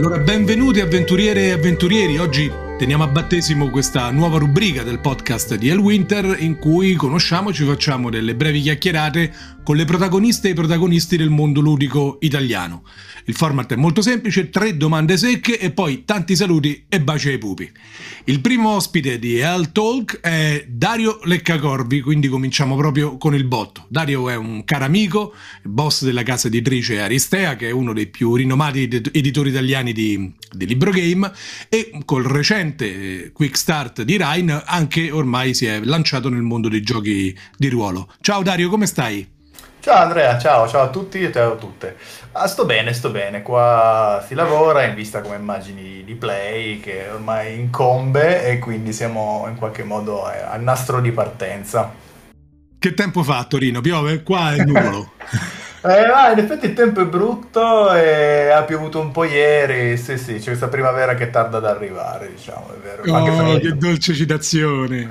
Allora, benvenuti avventuriere e avventurieri. Oggi teniamo a battesimo questa nuova rubrica del podcast di Elwinter in cui conosciamo e ci facciamo delle brevi chiacchierate con le protagoniste e i protagonisti del mondo ludico italiano. Il format è molto semplice, 3 domande secche e poi tanti saluti e baci ai pupi. Il primo ospite di El Talk è Dario Leccacorvi, quindi cominciamo proprio con il botto. Dario è un caro amico, boss della casa editrice Aristea, che è uno dei più rinomati editori italiani di libro game, e col recente quick start di Rhine anche ormai si è lanciato nel mondo dei giochi di ruolo. Ciao Dario, come stai? Ciao Andrea, ciao a tutti e ciao a tutte. Sto bene, qua si lavora in vista, come immagini, di Play che ormai incombe e quindi siamo in qualche modo al nastro di partenza. Che tempo fa a Torino? Piove? Qua è nuvolo. In effetti il tempo è brutto e ha piovuto un po' ieri, sì, c'è questa primavera che tarda ad arrivare, diciamo, è vero. Oh, che dolce citazione!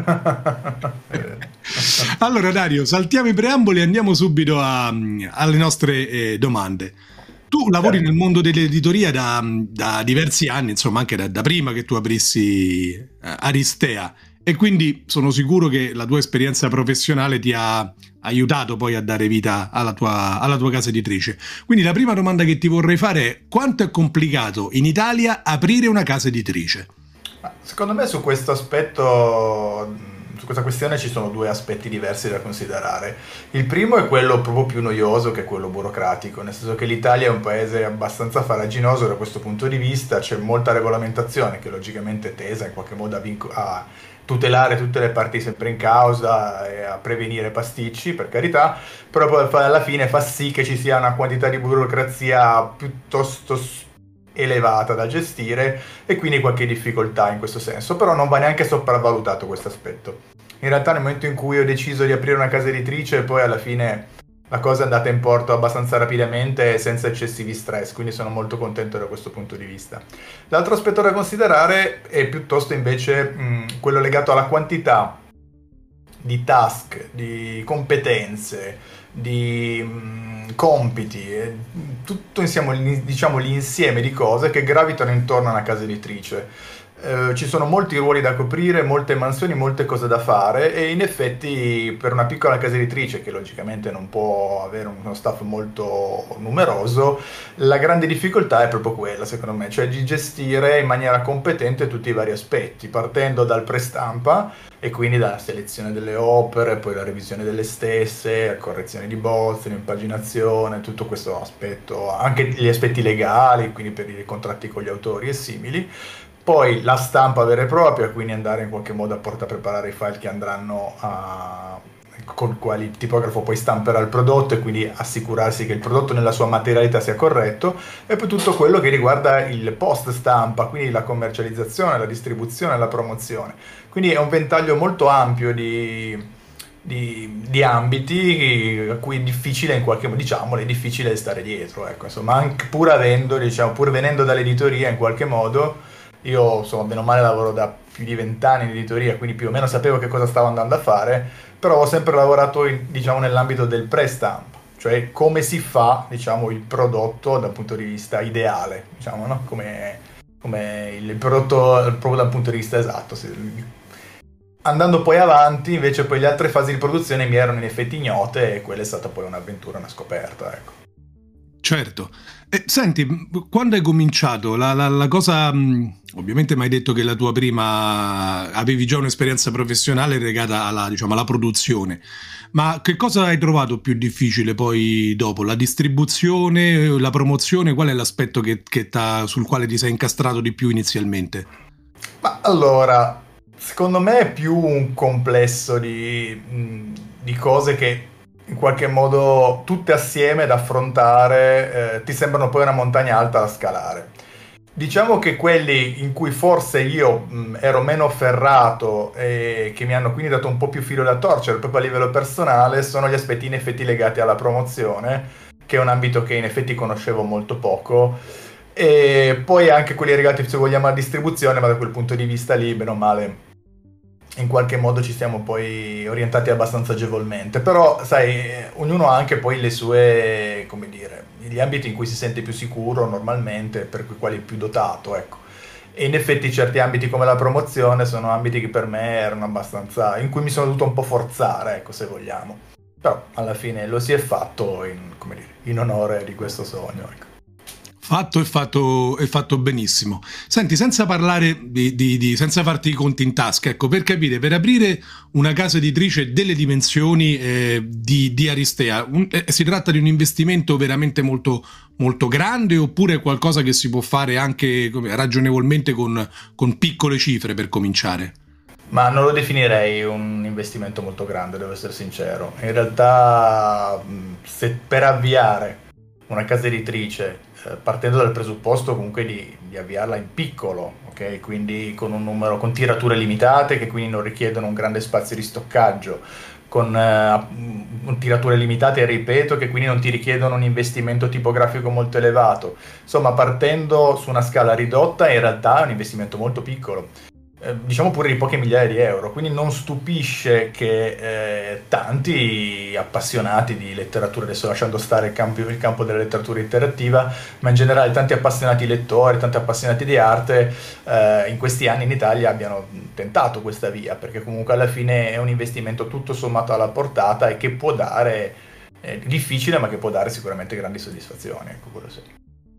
È vero. Allora Dario, saltiamo i preamboli e andiamo subito alle nostre domande. Tu lavori nel mondo dell'editoria da diversi anni, insomma anche da prima che tu aprissi Aristea, e quindi sono sicuro che la tua esperienza professionale ti ha aiutato poi a dare vita alla tua casa editrice. Quindi la prima domanda che ti vorrei fare è: quanto è complicato in Italia aprire una casa editrice? Secondo me su questo aspetto, su questa questione ci sono 2 aspetti diversi da considerare. Il primo è quello proprio più noioso, che è quello burocratico, nel senso che l'Italia è un paese abbastanza farraginoso da questo punto di vista, c'è molta regolamentazione che logicamente è tesa in qualche modo a tutelare tutte le parti sempre in causa e a prevenire pasticci, per carità, però poi alla fine fa sì che ci sia una quantità di burocrazia piuttosto elevata da gestire e quindi qualche difficoltà in questo senso, però non va neanche sopravvalutato questo aspetto. In realtà nel momento in cui ho deciso di aprire una casa editrice, poi alla fine la cosa è andata in porto abbastanza rapidamente e senza eccessivi stress, quindi sono molto contento da questo punto di vista. L'altro aspetto da considerare è piuttosto invece quello legato alla quantità di task, di competenze, di compiti, tutto insieme, diciamo l'insieme di cose che gravitano intorno a una casa editrice. Ci sono molti ruoli da coprire, molte mansioni, molte cose da fare e in effetti per una piccola casa editrice che logicamente non può avere uno staff molto numeroso, la grande difficoltà è proprio quella, secondo me, cioè di gestire in maniera competente tutti i vari aspetti, partendo dal prestampa e quindi dalla selezione delle opere, poi la revisione delle stesse, la correzione di bozze, l'impaginazione, tutto questo aspetto, anche gli aspetti legali, quindi per i contratti con gli autori e simili. Poi la stampa vera e propria, quindi andare in qualche modo a preparare i file che andranno con quali il tipografo poi stamperà il prodotto e quindi assicurarsi che il prodotto nella sua materialità sia corretto, e poi tutto quello che riguarda il post stampa, quindi la commercializzazione, la distribuzione, la promozione. Quindi è un ventaglio molto ampio di ambiti a cui è difficile in qualche modo, diciamo, è difficile stare dietro, ecco, insomma, anche pur avendo, diciamo, pur venendo dall'editoria in qualche modo. Io, insomma, bene o male lavoro da più di 20 anni in editoria, quindi più o meno sapevo che cosa stavo andando a fare, però ho sempre lavorato, diciamo, nell'ambito del pre-stampa, cioè come si fa, diciamo, il prodotto dal punto di vista ideale, diciamo, no? Come il prodotto proprio dal punto di vista esatto. Andando poi avanti, invece, poi le altre fasi di produzione mi erano in effetti ignote e quella è stata poi un'avventura, una scoperta, ecco. Certo. Senti, quando hai cominciato la cosa, ovviamente mi hai detto che la tua prima avevi già un'esperienza professionale legata alla produzione, ma che cosa hai trovato più difficile poi dopo? La distribuzione, la promozione? Qual è l'aspetto sul quale ti sei incastrato di più inizialmente? Ma allora, secondo me è più un complesso di cose che in qualche modo tutte assieme da affrontare ti sembrano poi una montagna alta da scalare. Diciamo che quelli in cui forse io ero meno ferrato e che mi hanno quindi dato un po' più filo da torcere proprio a livello personale sono gli aspetti in effetti legati alla promozione, che è un ambito che in effetti conoscevo molto poco, e poi anche quelli legati, se vogliamo, alla distribuzione, ma da quel punto di vista lì, bene o male, in qualche modo ci siamo poi orientati abbastanza agevolmente, però sai, ognuno ha anche poi le sue, come dire, gli ambiti in cui si sente più sicuro normalmente, per cui quali è più dotato, ecco. E in effetti certi ambiti come la promozione sono ambiti che per me erano abbastanza, in cui mi sono dovuto un po' forzare, ecco, se vogliamo. Però alla fine lo si è fatto in, come dire, in onore di questo sogno, ecco. Fatto e fatto benissimo. Senti, senza parlare senza farti i conti in tasca, ecco, per capire, per aprire una casa editrice delle dimensioni di Aristea, si tratta di un investimento veramente molto, molto grande, oppure è qualcosa che si può fare anche ragionevolmente con piccole cifre per cominciare? Ma non lo definirei un investimento molto grande, devo essere sincero. In realtà, se per avviare una casa editrice, partendo dal presupposto comunque di avviarla in piccolo, ok? Quindi con un numero, con tirature limitate che quindi non richiedono un grande spazio di stoccaggio, con tirature limitate, ripeto, che quindi non ti richiedono un investimento tipografico molto elevato. Insomma, partendo su una scala ridotta, in realtà è un investimento molto piccolo. Diciamo pure di poche migliaia di euro, quindi non stupisce che tanti appassionati di letteratura, adesso lasciando stare il campo della letteratura interattiva, ma in generale tanti appassionati lettori, tanti appassionati di arte, in questi anni in Italia abbiano tentato questa via, perché comunque alla fine è un investimento tutto sommato alla portata e che può dare, difficile, ma che può dare sicuramente grandi soddisfazioni, ecco, quello sì.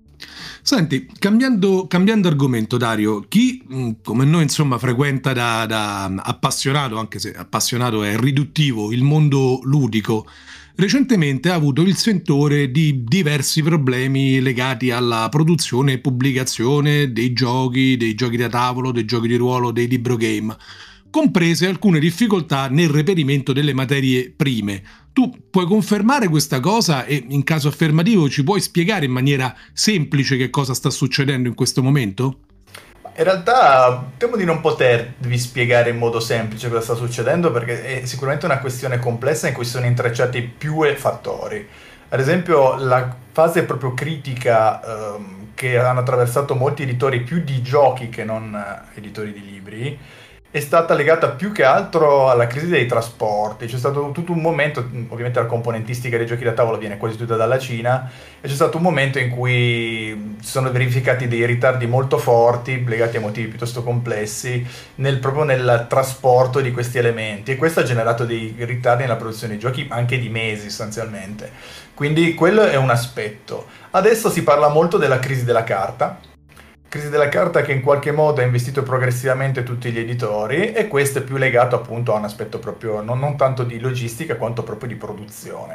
Senti, cambiando argomento, Dario, chi come noi insomma frequenta da appassionato, anche se appassionato è riduttivo, il mondo ludico, recentemente ha avuto il sentore di diversi problemi legati alla produzione e pubblicazione dei giochi da tavolo, dei giochi di ruolo, dei libro game, comprese alcune difficoltà nel reperimento delle materie prime. Tu puoi confermare questa cosa e in caso affermativo ci puoi spiegare in maniera semplice che cosa sta succedendo in questo momento? In realtà temo di non potervi spiegare in modo semplice cosa sta succedendo, perché è sicuramente una questione complessa in cui sono intrecciati più fattori. Ad esempio la fase proprio critica che hanno attraversato molti editori più di giochi che non editori di libri è stata legata più che altro alla crisi dei trasporti. C'è stato tutto un momento, ovviamente la componentistica dei giochi da tavolo viene quasi tutta dalla Cina, e c'è stato un momento in cui si sono verificati dei ritardi molto forti, legati a motivi piuttosto complessi, proprio nel trasporto di questi elementi, e questo ha generato dei ritardi nella produzione di giochi anche di mesi sostanzialmente. Quindi quello è un aspetto. Adesso si parla molto della crisi della carta che in qualche modo ha investito progressivamente tutti gli editori, e questo è più legato appunto a un aspetto proprio non tanto di logistica quanto proprio di produzione.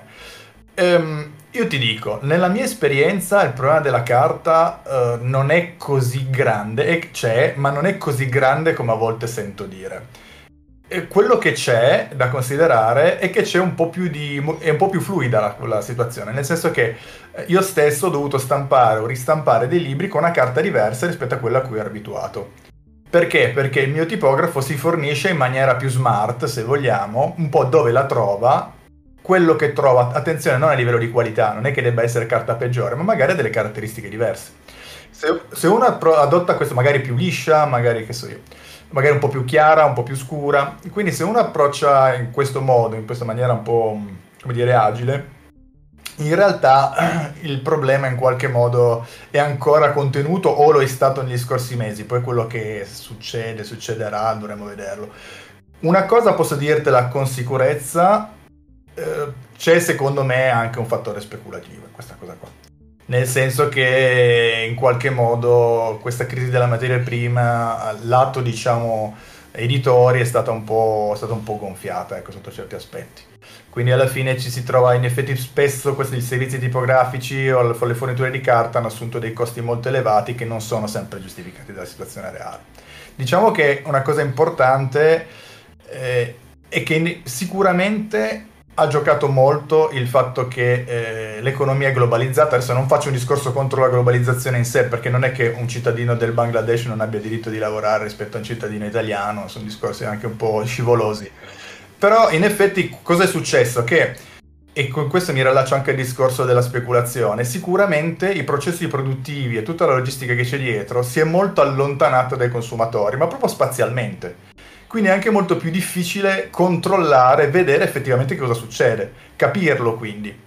Io ti dico, nella mia esperienza il problema della carta non è così grande, e c'è, ma non è così grande come a volte sento dire. E quello che c'è da considerare è che c'è è un po' più fluida la situazione, nel senso che io stesso ho dovuto stampare o ristampare dei libri con una carta diversa rispetto a quella a cui ero abituato. Perché? Perché il mio tipografo si fornisce in maniera più smart, se vogliamo, un po' dove la trova, quello che trova, attenzione, non a livello di qualità, non è che debba essere carta peggiore, ma magari ha delle caratteristiche diverse. Se uno adotta questo, magari più liscia, magari che so io, magari un po' più chiara, un po' più scura, quindi se uno approccia in questo modo, in questa maniera un po', come dire, agile, in realtà il problema in qualche modo è ancora contenuto, o lo è stato negli scorsi mesi, poi quello che succederà, dovremo vederlo. Una cosa posso dirtela con sicurezza, c'è secondo me anche un fattore speculativo in questa cosa qua. Nel senso che in qualche modo questa crisi della materia prima, lato diciamo editori, è stata un po' gonfiata, ecco, sotto certi aspetti. Quindi alla fine ci si trova in effetti spesso questi servizi tipografici o le forniture di carta hanno assunto dei costi molto elevati che non sono sempre giustificati dalla situazione reale. Diciamo che una cosa importante è che sicuramente ha giocato molto il fatto che l'economia è globalizzata. Adesso non faccio un discorso contro la globalizzazione in sé, perché non è che un cittadino del Bangladesh non abbia diritto di lavorare rispetto a un cittadino italiano, sono discorsi anche un po' scivolosi. Però in effetti cosa è successo? Che, e con questo mi riallaccio anche al discorso della speculazione, sicuramente i processi produttivi e tutta la logistica che c'è dietro si è molto allontanata dai consumatori, ma proprio spazialmente. quindi è anche molto più difficile controllare, vedere effettivamente cosa succede, capirlo quindi.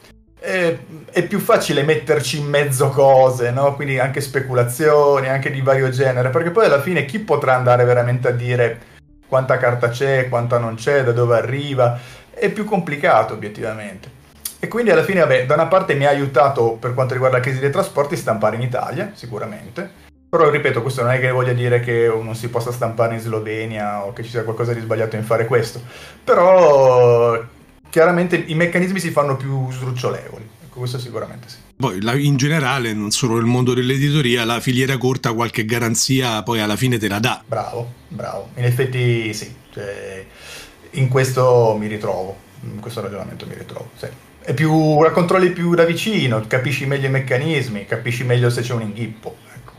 È più facile metterci in mezzo cose, no? Quindi anche speculazioni, anche di vario genere, perché poi alla fine chi potrà andare veramente a dire quanta carta c'è, quanta non c'è, da dove arriva? È più complicato obiettivamente. E quindi alla fine, vabbè, da una parte mi ha aiutato per quanto riguarda la crisi dei trasporti stampare in Italia, sicuramente. Però ripeto, questo non è che voglia dire che non si possa stampare in Slovenia o che ci sia qualcosa di sbagliato in fare questo. Però chiaramente i meccanismi si fanno più sdrucciolevoli. Ecco, questo sicuramente sì. Poi in generale, non solo nel mondo dell'editoria, la filiera corta qualche garanzia poi alla fine te la dà. Bravo, bravo. In effetti sì, cioè, in questo mi ritrovo, in questo ragionamento mi ritrovo, sì. È più, la controlli più da vicino, capisci meglio i meccanismi, capisci meglio se c'è un inghippo.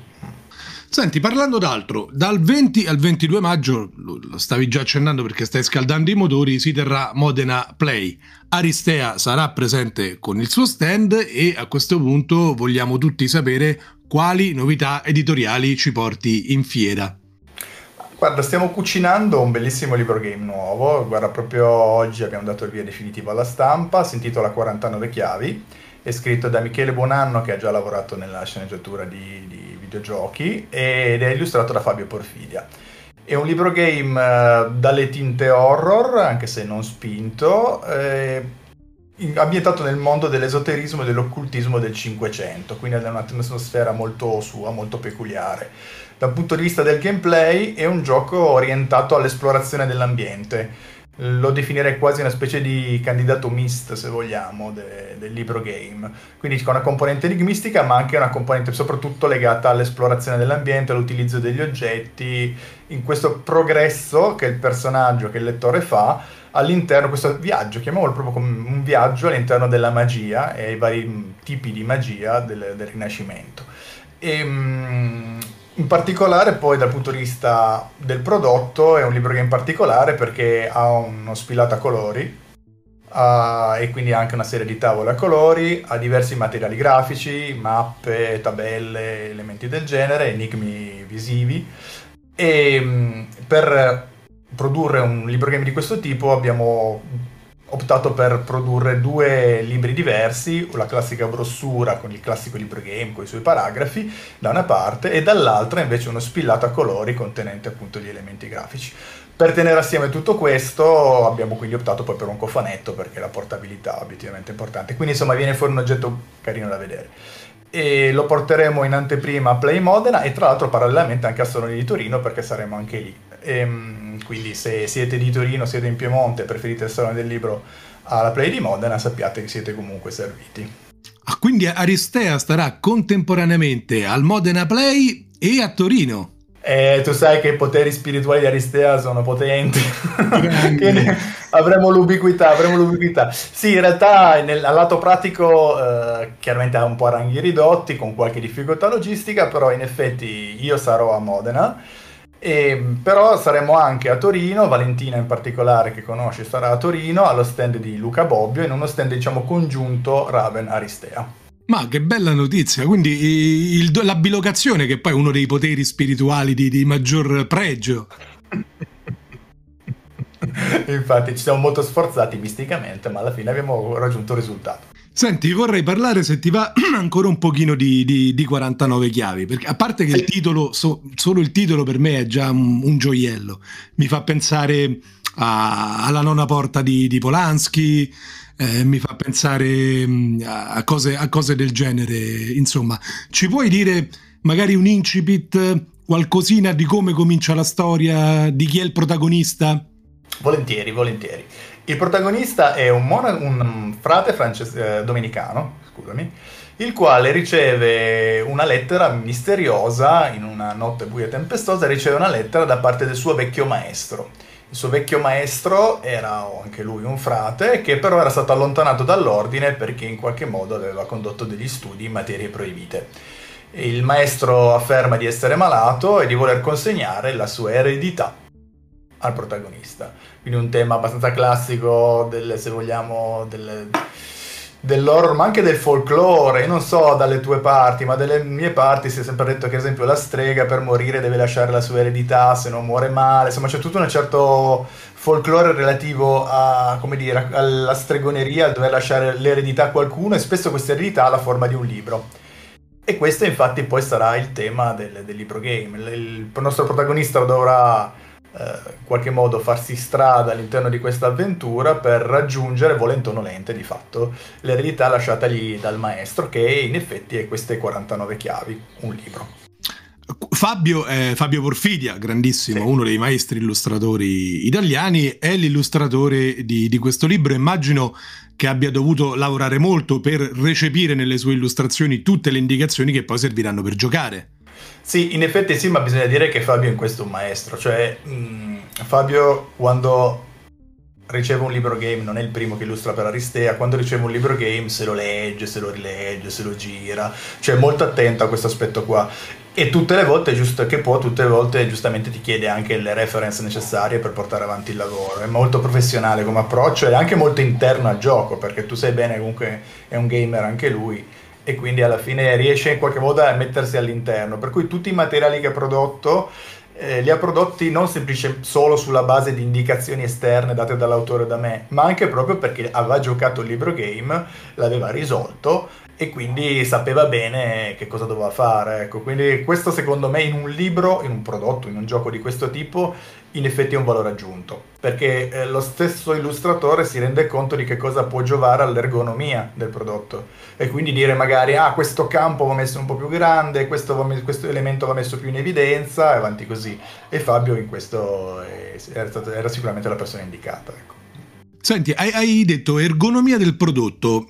Senti, parlando d'altro, dal 20 al 22 maggio, lo stavi già accennando perché stai scaldando i motori, si terrà Modena Play. Aristea sarà presente con il suo stand e a questo punto vogliamo tutti sapere quali novità editoriali ci porti in fiera. Guarda, stiamo cucinando un bellissimo libro game nuovo, guarda, proprio oggi abbiamo dato il via definitivo alla stampa, si intitola 49 chiavi, è scritto da Michele Buonanno che ha già lavorato nella sceneggiatura di videogiochi ed è illustrato da Fabio Porfidia. È un libro game dalle tinte horror, anche se non spinto, ambientato nel mondo dell'esoterismo e dell'occultismo del Cinquecento, quindi è un'atmosfera molto sua, molto peculiare. Dal punto di vista del gameplay è un gioco orientato all'esplorazione dell'ambiente. Lo definirei quasi una specie di candidato Myst, se vogliamo, del libro game. Quindi con una componente enigmistica, ma anche una componente soprattutto legata all'esplorazione dell'ambiente, all'utilizzo degli oggetti, in questo progresso che il personaggio, che il lettore fa all'interno, questo viaggio, chiamiamolo proprio come un viaggio all'interno della magia e ai vari tipi di magia del Rinascimento. In particolare poi dal punto di vista del prodotto è un libro game particolare perché ha uno spillato a colori e quindi ha anche una serie di tavole a colori, ha diversi materiali grafici, mappe, tabelle, elementi del genere, enigmi visivi e per produrre un libro game di questo tipo abbiamo optato per produrre due libri diversi, la classica brossura con il classico libro game con i suoi paragrafi da una parte e dall'altra invece uno spillato a colori contenente appunto gli elementi grafici. Per tenere assieme tutto questo abbiamo quindi optato poi per un cofanetto perché la portabilità è obiettivamente importante, quindi insomma viene fuori un oggetto carino da vedere. E lo porteremo in anteprima a Play Modena e tra l'altro parallelamente anche a Salone di Torino perché saremo anche lì. Quindi se siete di Torino, siete in Piemonte, preferite il Salone del Libro alla Play di Modena, sappiate che siete comunque serviti. Ah, quindi Aristea starà contemporaneamente al Modena Play e a Torino. Tu sai che i poteri spirituali di Aristea sono potenti. avremo l'ubiquità. Sì, in realtà al lato pratico chiaramente ha un po' a ranghi ridotti, con qualche difficoltà logistica, però in effetti io sarò a Modena. Però saremo anche a Torino, Valentina in particolare che conosci sarà a Torino allo stand di Luca Bobbio in uno stand diciamo congiunto Raven-Aristea. Ma che bella notizia, quindi la bilocazione che poi è uno dei poteri spirituali di maggior pregio. Infatti ci siamo molto sforzati misticamente ma alla fine abbiamo raggiunto il risultato. Senti, vorrei parlare, se ti va, ancora un pochino di 49 chiavi, perché a parte che il titolo, solo il titolo per me è già un gioiello, mi fa pensare alla nona porta di Polanski, mi fa pensare a cose del genere, insomma. Ci puoi dire magari un incipit, qualcosina di come comincia la storia, di chi è il protagonista? Volentieri. Il protagonista è un frate domenicano, scusami, il quale riceve una lettera misteriosa, in una notte buia e tempestosa, riceve una lettera da parte del suo vecchio maestro. Il suo vecchio maestro era anche lui un frate, che però era stato allontanato dall'ordine perché in qualche modo aveva condotto degli studi in materie proibite. Il maestro afferma di essere malato e di voler consegnare la sua eredità al protagonista. Quindi un tema abbastanza classico se vogliamo dell'horror, ma anche del folklore. Io non so dalle tue parti, ma dalle mie parti si è sempre detto che, ad esempio, la strega per morire deve lasciare la sua eredità, se non muore male. Insomma, c'è tutto un certo folklore relativo a, come dire, alla stregoneria, al dover lasciare l'eredità a qualcuno, e spesso questa eredità ha la forma di un libro. E questo infatti poi sarà il tema del libro game. Il nostro protagonista dovrà in qualche modo farsi strada all'interno di questa avventura per raggiungere, volente o nolente di fatto, l'eredità lasciatagli dal maestro, che in effetti è queste 49 chiavi, un libro. Fabio Porfidia, grandissimo, sì, uno dei maestri illustratori italiani, è l'illustratore di questo libro. Immagino che abbia dovuto lavorare molto per recepire nelle sue illustrazioni tutte le indicazioni che poi serviranno per giocare. Sì, in effetti sì, ma bisogna dire che Fabio in questo è un maestro. Cioè, Fabio, quando riceve un libro game, non è il primo che illustra per Aristea, quando riceve un libro game se lo legge, se lo rilegge, se lo gira, cioè è molto attento a questo aspetto qua, e tutte le volte tutte le volte giustamente ti chiede anche le reference necessarie per portare avanti il lavoro. È molto professionale come approccio e anche molto interno al gioco, perché tu sai bene comunque è un gamer anche lui, e quindi alla fine riesce in qualche modo a mettersi all'interno, per cui tutti i materiali che ha prodotto li ha prodotti non semplicemente solo sulla base di indicazioni esterne date dall'autore o da me, ma anche proprio perché aveva giocato il libro game, l'aveva risolto e quindi sapeva bene che cosa doveva fare. Ecco, quindi questo secondo me in un libro, in un prodotto, in un gioco di questo tipo, in effetti è un valore aggiunto, perché lo stesso illustratore si rende conto di che cosa può giovare all'ergonomia del prodotto, e quindi dire magari questo campo va messo un po' più grande, questo elemento va messo più in evidenza, e avanti così. E Fabio in questo era sicuramente la persona indicata, ecco. Senti, hai detto ergonomia del prodotto.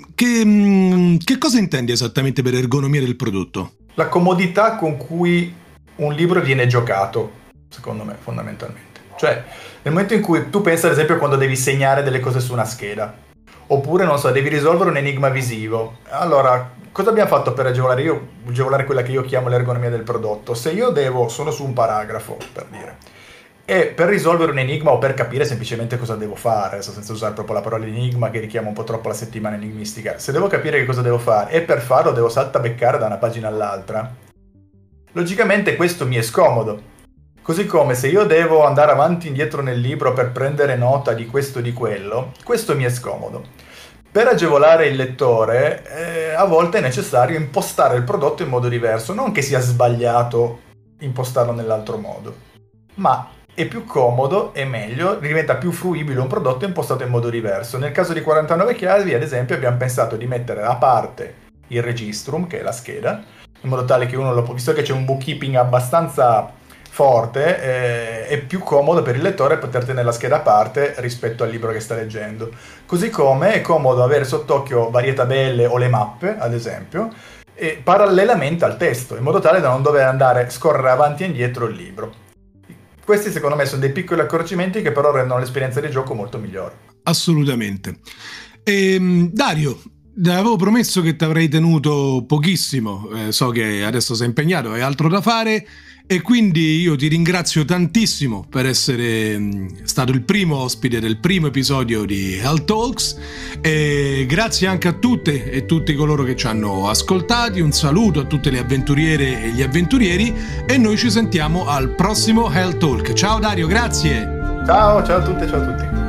Che cosa intendi esattamente per ergonomia del prodotto? La comodità con cui un libro viene giocato, secondo me, fondamentalmente. Cioè, nel momento in cui tu pensi, ad esempio, quando devi segnare delle cose su una scheda, oppure, non so, devi risolvere un enigma visivo. Allora, cosa abbiamo fatto per agevolare quella che io chiamo l'ergonomia del prodotto? Se io sono su un paragrafo, per dire, e per risolvere un enigma o per capire semplicemente cosa devo fare, senza usare proprio la parola enigma che richiama un po' troppo la settimana enigmistica, se devo capire che cosa devo fare e per farlo devo saltabeccare da una pagina all'altra, logicamente questo mi è scomodo. Così come se io devo andare avanti e indietro nel libro per prendere nota di questo o di quello, questo mi è scomodo. Per agevolare il lettore, a volte è necessario impostare il prodotto in modo diverso, non che sia sbagliato impostarlo nell'altro modo, ma è più comodo, è meglio, diventa più fruibile un prodotto impostato in modo diverso. Nel caso di 49 chiavi, ad esempio, abbiamo pensato di mettere a parte il registrum, che è la scheda, in modo tale che uno visto che c'è un bookkeeping abbastanza forte, è più comodo per il lettore poter tenere la scheda a parte rispetto al libro che sta leggendo. Così come è comodo avere sott'occhio varie tabelle o le mappe, ad esempio, e parallelamente al testo, in modo tale da non dover andare scorrere avanti e indietro il libro. Questi secondo me sono dei piccoli accorgimenti che però rendono l'esperienza di gioco molto migliore. Assolutamente. Dario, avevo promesso che ti avrei tenuto pochissimo, so che adesso sei impegnato, hai altro da fare, e quindi io ti ringrazio tantissimo per essere stato il primo ospite del primo episodio di Hell Talks, e grazie anche a tutte e tutti coloro che ci hanno ascoltati. Un saluto a tutte le avventuriere e gli avventurieri, e noi ci sentiamo al prossimo Hell Talk. Ciao Dario, grazie. Ciao a tutte, ciao a tutti.